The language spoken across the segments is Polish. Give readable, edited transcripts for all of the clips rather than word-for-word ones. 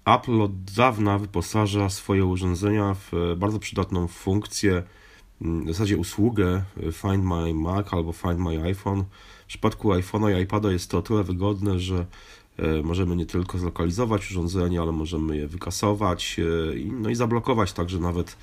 Apple od dawna wyposaża swoje urządzenia w bardzo przydatną funkcję, w zasadzie usługę Find My Mac albo Find My iPhone. W przypadku iPhone'a i iPada jest to o tyle wygodne, że możemy nie tylko zlokalizować urządzenie, ale możemy je wykasować, no i zablokować także nawet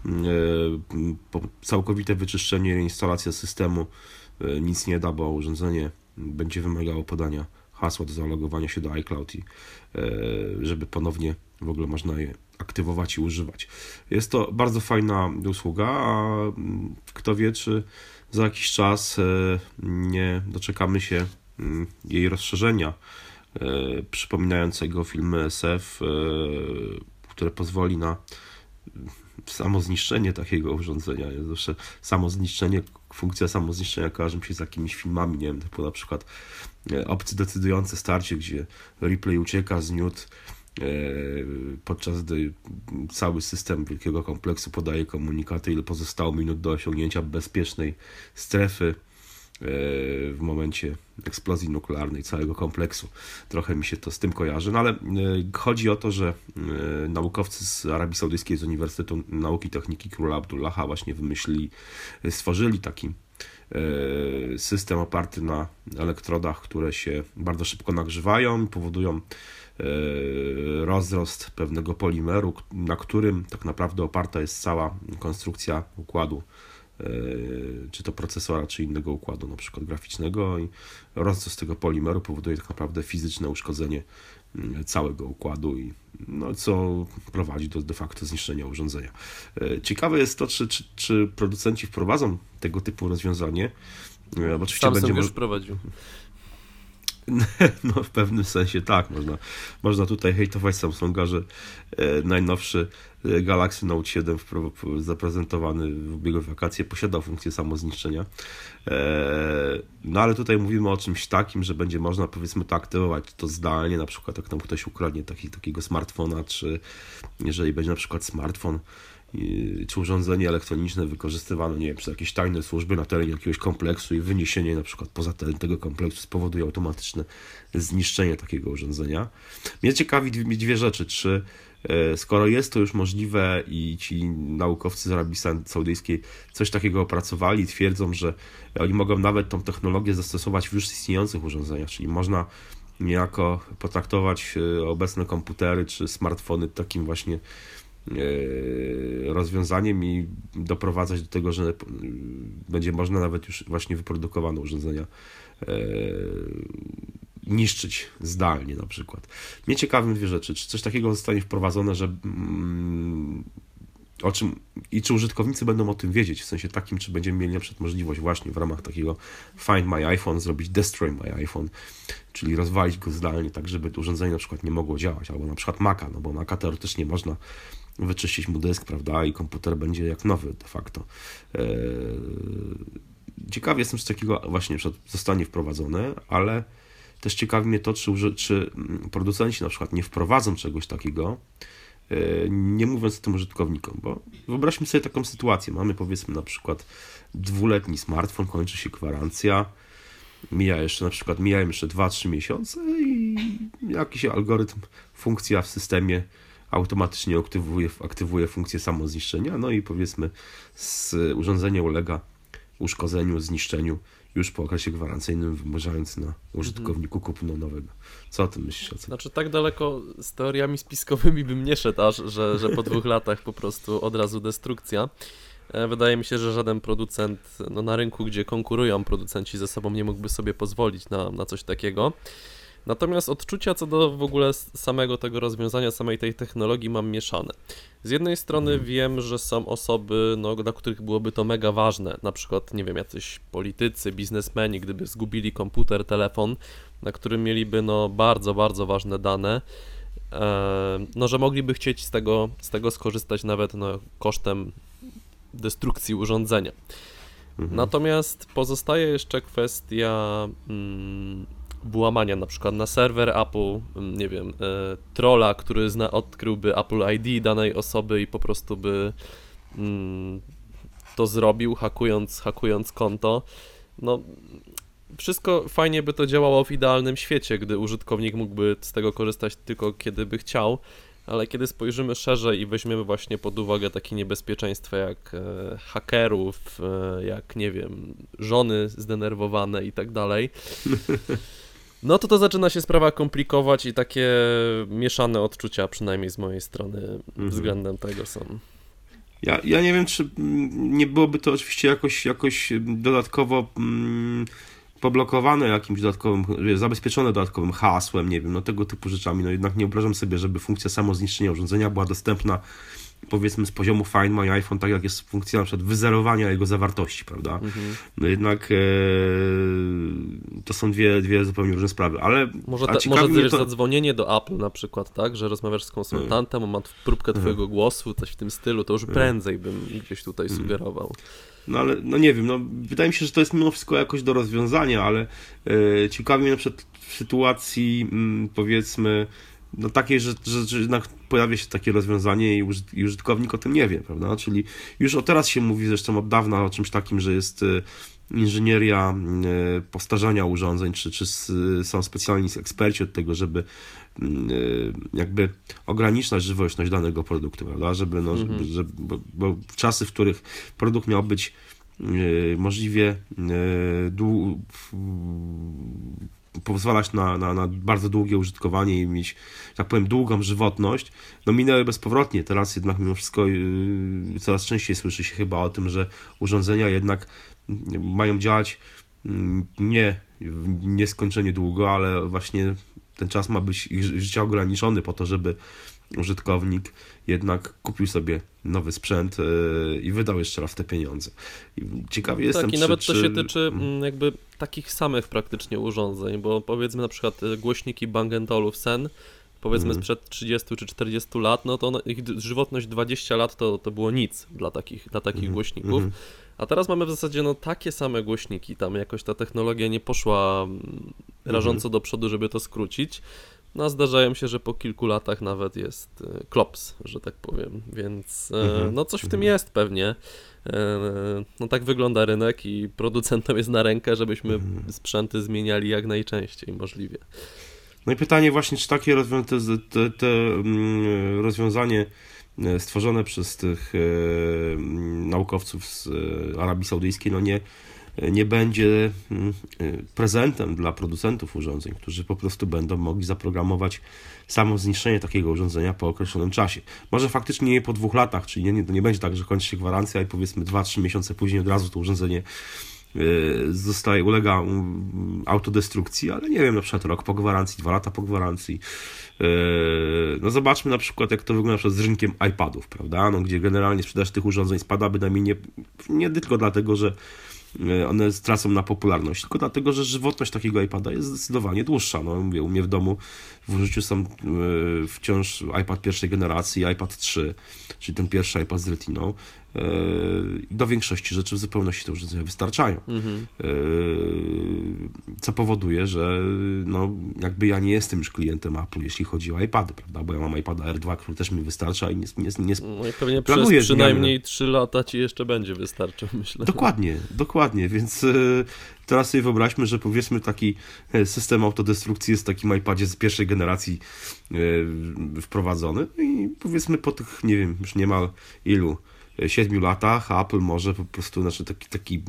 całkowite wyczyszczenie i instalacja systemu nic nie da, bo urządzenie będzie wymagało podania hasła do zalogowania się do iCloud i żeby ponownie w ogóle można je aktywować i używać. Jest to bardzo fajna usługa, a kto wie, czy za jakiś czas nie doczekamy się jej rozszerzenia przypominającego filmy SF, które pozwoli na samozniszczenie takiego urządzenia. Zawsze samozniszczenie, funkcja samozniszczenia kojarzy mi się z jakimiś filmami, nie wiem, typu na przykład Obcy decydujące starcie, gdzie Ripley ucieka z Newt, podczas gdy cały system wielkiego kompleksu podaje komunikaty, ile pozostało minut do osiągnięcia bezpiecznej strefy w momencie eksplozji nuklearnej całego kompleksu. Trochę mi się to z tym kojarzy, no ale chodzi o to, że naukowcy z Arabii Saudyjskiej, z Uniwersytetu Nauki i Techniki Króla Abdullaha właśnie stworzyli taki system oparty na elektrodach, które się bardzo szybko nagrzewają i powodują rozrost pewnego polimeru, na którym tak naprawdę oparta jest cała konstrukcja układu, czy to procesora, czy innego układu, na przykład graficznego, i rozrost tego polimeru powoduje tak naprawdę fizyczne uszkodzenie całego układu, i no, co prowadzi do de facto zniszczenia urządzenia. Ciekawe jest to, czy producenci wprowadzą tego typu rozwiązanie. Oczywiście Samsung będzie już wprowadził. No w pewnym sensie tak, można tutaj hejtować Samsunga, że najnowszy Galaxy Note 7 zaprezentowany w ubiegłe wakacje posiadał funkcję samozniszczenia. No ale tutaj mówimy o czymś takim, że będzie można, powiedzmy, to aktywować to zdalnie, na przykład jak nam ktoś ukradnie takiego smartfona, czy jeżeli będzie na przykład smartfon czy urządzenie elektroniczne wykorzystywane, nie wiem, przez jakieś tajne służby na terenie jakiegoś kompleksu i wyniesienie na przykład poza teren tego kompleksu spowoduje automatyczne zniszczenie takiego urządzenia. Mnie ciekawi dwie rzeczy, czy skoro jest to już możliwe i ci naukowcy z Arabii Saudyjskiej coś takiego opracowali, twierdzą, że oni mogą nawet tą technologię zastosować w już istniejących urządzeniach, czyli można niejako potraktować obecne komputery czy smartfony takim właśnie rozwiązaniem i doprowadzać do tego, że będzie można nawet już właśnie wyprodukowane urządzenia niszczyć zdalnie na przykład. Mnie ciekawią dwie rzeczy. Czy coś takiego zostanie wprowadzone, że o czym i czy użytkownicy będą o tym wiedzieć, w sensie takim, czy będziemy mieli na przykład możliwość właśnie w ramach takiego Find My iPhone zrobić Destroy My iPhone, czyli rozwalić go zdalnie, tak żeby to urządzenie na przykład nie mogło działać, albo na przykład Maca, no bo Maca teoretycznie można wyczyścić mu dysk, prawda, i komputer będzie jak nowy de facto. Ciekawy jestem, czy takiego właśnie zostanie wprowadzone, ale też ciekawi mnie to, czy producenci na przykład nie wprowadzą czegoś takiego, nie mówiąc o tym użytkownikom, bo wyobraźmy sobie taką sytuację. Mamy, powiedzmy, na przykład 2-letni smartfon, kończy się gwarancja, mijają jeszcze 2-3 miesiące i jakiś algorytm, funkcja w systemie automatycznie aktywuje funkcję samozniszczenia, no i powiedzmy urządzenie ulega uszkodzeniu, zniszczeniu już po okresie gwarancyjnym, wymuszając na użytkowniku kupno nowego. Co o tym myślisz? Znaczy, tak daleko z teoriami spiskowymi bym nie szedł aż, że po 2 latach po prostu od razu destrukcja. Wydaje mi się, że żaden producent na rynku, gdzie konkurują producenci ze sobą, nie mógłby sobie pozwolić na coś takiego. Natomiast odczucia co do w ogóle samego tego rozwiązania, samej tej technologii mam mieszane. Z jednej strony wiem, że są osoby, dla których byłoby to mega ważne, na przykład, nie wiem, jacyś politycy, biznesmeni, gdyby zgubili komputer, telefon, na którym mieliby bardzo, bardzo ważne dane, że mogliby chcieć z tego skorzystać nawet kosztem destrukcji urządzenia. Natomiast pozostaje jeszcze kwestia włamania na przykład na serwer Apple, nie wiem, trolla, który odkryłby Apple ID danej osoby i po prostu by to zrobił, hakując konto. Wszystko fajnie by to działało w idealnym świecie, gdy użytkownik mógłby z tego korzystać tylko kiedy by chciał. ale kiedy spojrzymy szerzej i weźmiemy właśnie pod uwagę takie niebezpieczeństwa jak hakerów, jak nie wiem, żony zdenerwowane i tak dalej, no to zaczyna się sprawa komplikować i takie mieszane odczucia, przynajmniej z mojej strony, względem tego są. Ja nie wiem, czy nie byłoby to oczywiście jakoś dodatkowo poblokowane jakimś dodatkowym, zabezpieczone dodatkowym hasłem, nie wiem, no tego typu rzeczami. No jednak nie wyobrażam sobie, żeby funkcja samozniszczenia urządzenia była dostępna, powiedzmy, z poziomu Find My iPhone, tak jak jest funkcja na przykład wyzerowania jego zawartości, prawda? No jednak to są dwie zupełnie różne sprawy, ale może mnie to... zadzwonienie do Apple na przykład, tak, że rozmawiasz z konsultantem, on ma próbkę twojego głosu, coś w tym stylu, to już prędzej bym gdzieś tutaj sugerował. No ale, no nie wiem, no wydaje mi się, że to jest mimo wszystko jakoś do rozwiązania, ale ciekawi mnie na przykład w sytuacji, powiedzmy, no takiej, że jednak pojawia się takie rozwiązanie i użytkownik o tym nie wie, prawda? Czyli już teraz się mówi zresztą od dawna o czymś takim, że jest inżynieria powtarzania urządzeń, czy są specjalni eksperci od tego, żeby jakby ograniczać żywotność danego produktu, prawda? Żeby, bo w czasy, w których produkt miał być możliwie pozwalać na bardzo długie użytkowanie i mieć, tak powiem, długą żywotność, no minęły bezpowrotnie. Teraz jednak mimo wszystko coraz częściej słyszy się chyba o tym, że urządzenia jednak mają działać nie nieskończenie długo, ale właśnie ten czas ma być ich życia ograniczony po to, żeby użytkownik jednak kupił sobie nowy sprzęt i wydał jeszcze raz te pieniądze. I ciekawie jestem, tak, i nawet to się tyczy jakby takich samych praktycznie urządzeń, bo powiedzmy na przykład głośniki Bang & Olufsen, powiedzmy sprzed 30 czy 40 lat, no to ich żywotność 20 lat to było nic dla takich głośników. A teraz mamy w zasadzie no takie same głośniki, tam jakoś ta technologia nie poszła rażąco do przodu, żeby to skrócić. No zdarzają się, że po kilku latach nawet jest klops, że tak powiem, więc no coś w tym jest pewnie. No tak wygląda rynek i producentom jest na rękę, żebyśmy sprzęty zmieniali jak najczęściej możliwie. No i pytanie właśnie, czy takie rozwiązanie stworzone przez tych naukowców z Arabii Saudyjskiej, no nie będzie prezentem dla producentów urządzeń, którzy po prostu będą mogli zaprogramować samo zniszczenie takiego urządzenia po określonym czasie. Może faktycznie nie po 2 latach, czyli nie będzie tak, że kończy się gwarancja i powiedzmy 2-3 miesiące później od razu to urządzenie ulega autodestrukcji, ale nie wiem, na przykład rok po gwarancji, 2 lata po gwarancji. No zobaczmy na przykład, jak to wygląda na przykład z rynkiem iPadów, prawda? No, gdzie generalnie sprzedaż tych urządzeń spada bynajmniej nie tylko dlatego, że one stracą na popularność, tylko dlatego, że żywotność takiego iPada jest zdecydowanie dłuższa. No, mówię, u mnie w domu w użyciu są wciąż iPad pierwszej generacji, iPad 3, czyli ten pierwszy iPad z Retiną. Do większości rzeczy w zupełności te urządzenia wystarczają. Co powoduje, że no, jakby ja nie jestem już klientem Apple, jeśli chodzi o iPady, prawda? Bo ja mam iPada R2, który też mi wystarcza i nie no i pewnie przez przynajmniej 3 lata ci jeszcze będzie wystarczył, myślę. Dokładnie, więc teraz sobie wyobraźmy, że powiedzmy taki system autodestrukcji jest w takim iPadzie z pierwszej generacji wprowadzony i powiedzmy po tych, nie wiem, już niemal 7 latach Apple może po prostu, znaczy taki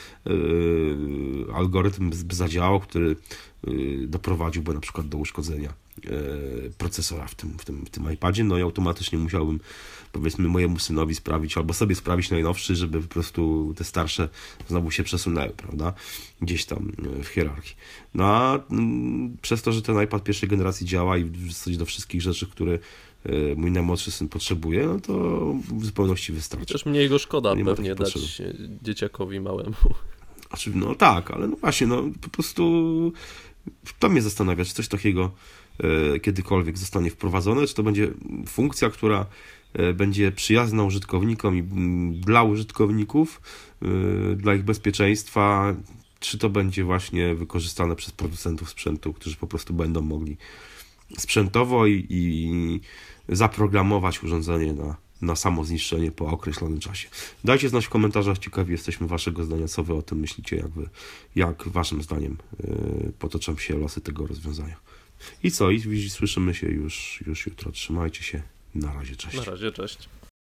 algorytm by zadziałał, który doprowadziłby na przykład do uszkodzenia procesora w tym iPadzie, no i automatycznie musiałbym, powiedzmy, mojemu synowi sprawić, albo sobie sprawić najnowszy, żeby po prostu te starsze znowu się przesunęły, prawda, gdzieś tam w hierarchii. No a przez to, że ten iPad pierwszej generacji działa i w zasadzie do wszystkich rzeczy, które mój najmłodszy syn potrzebuje, no to w zupełności wystarczy. Chociaż mniej go szkoda pewnie dać dzieciakowi małemu. No tak, ale no właśnie, no po prostu to mnie zastanawia, czy coś takiego kiedykolwiek zostanie wprowadzone, czy to będzie funkcja, która będzie przyjazna użytkownikom i dla użytkowników, dla ich bezpieczeństwa, czy to będzie właśnie wykorzystane przez producentów sprzętu, którzy po prostu będą mogli sprzętowo i zaprogramować urządzenie na samo zniszczenie po określonym czasie. Dajcie znać w komentarzach, ciekawi jesteśmy waszego zdania, co wy o tym myślicie, jak waszym zdaniem potoczą się losy tego rozwiązania. I co? I słyszymy się już jutro. Trzymajcie się. Na razie, cześć. Na razie, cześć.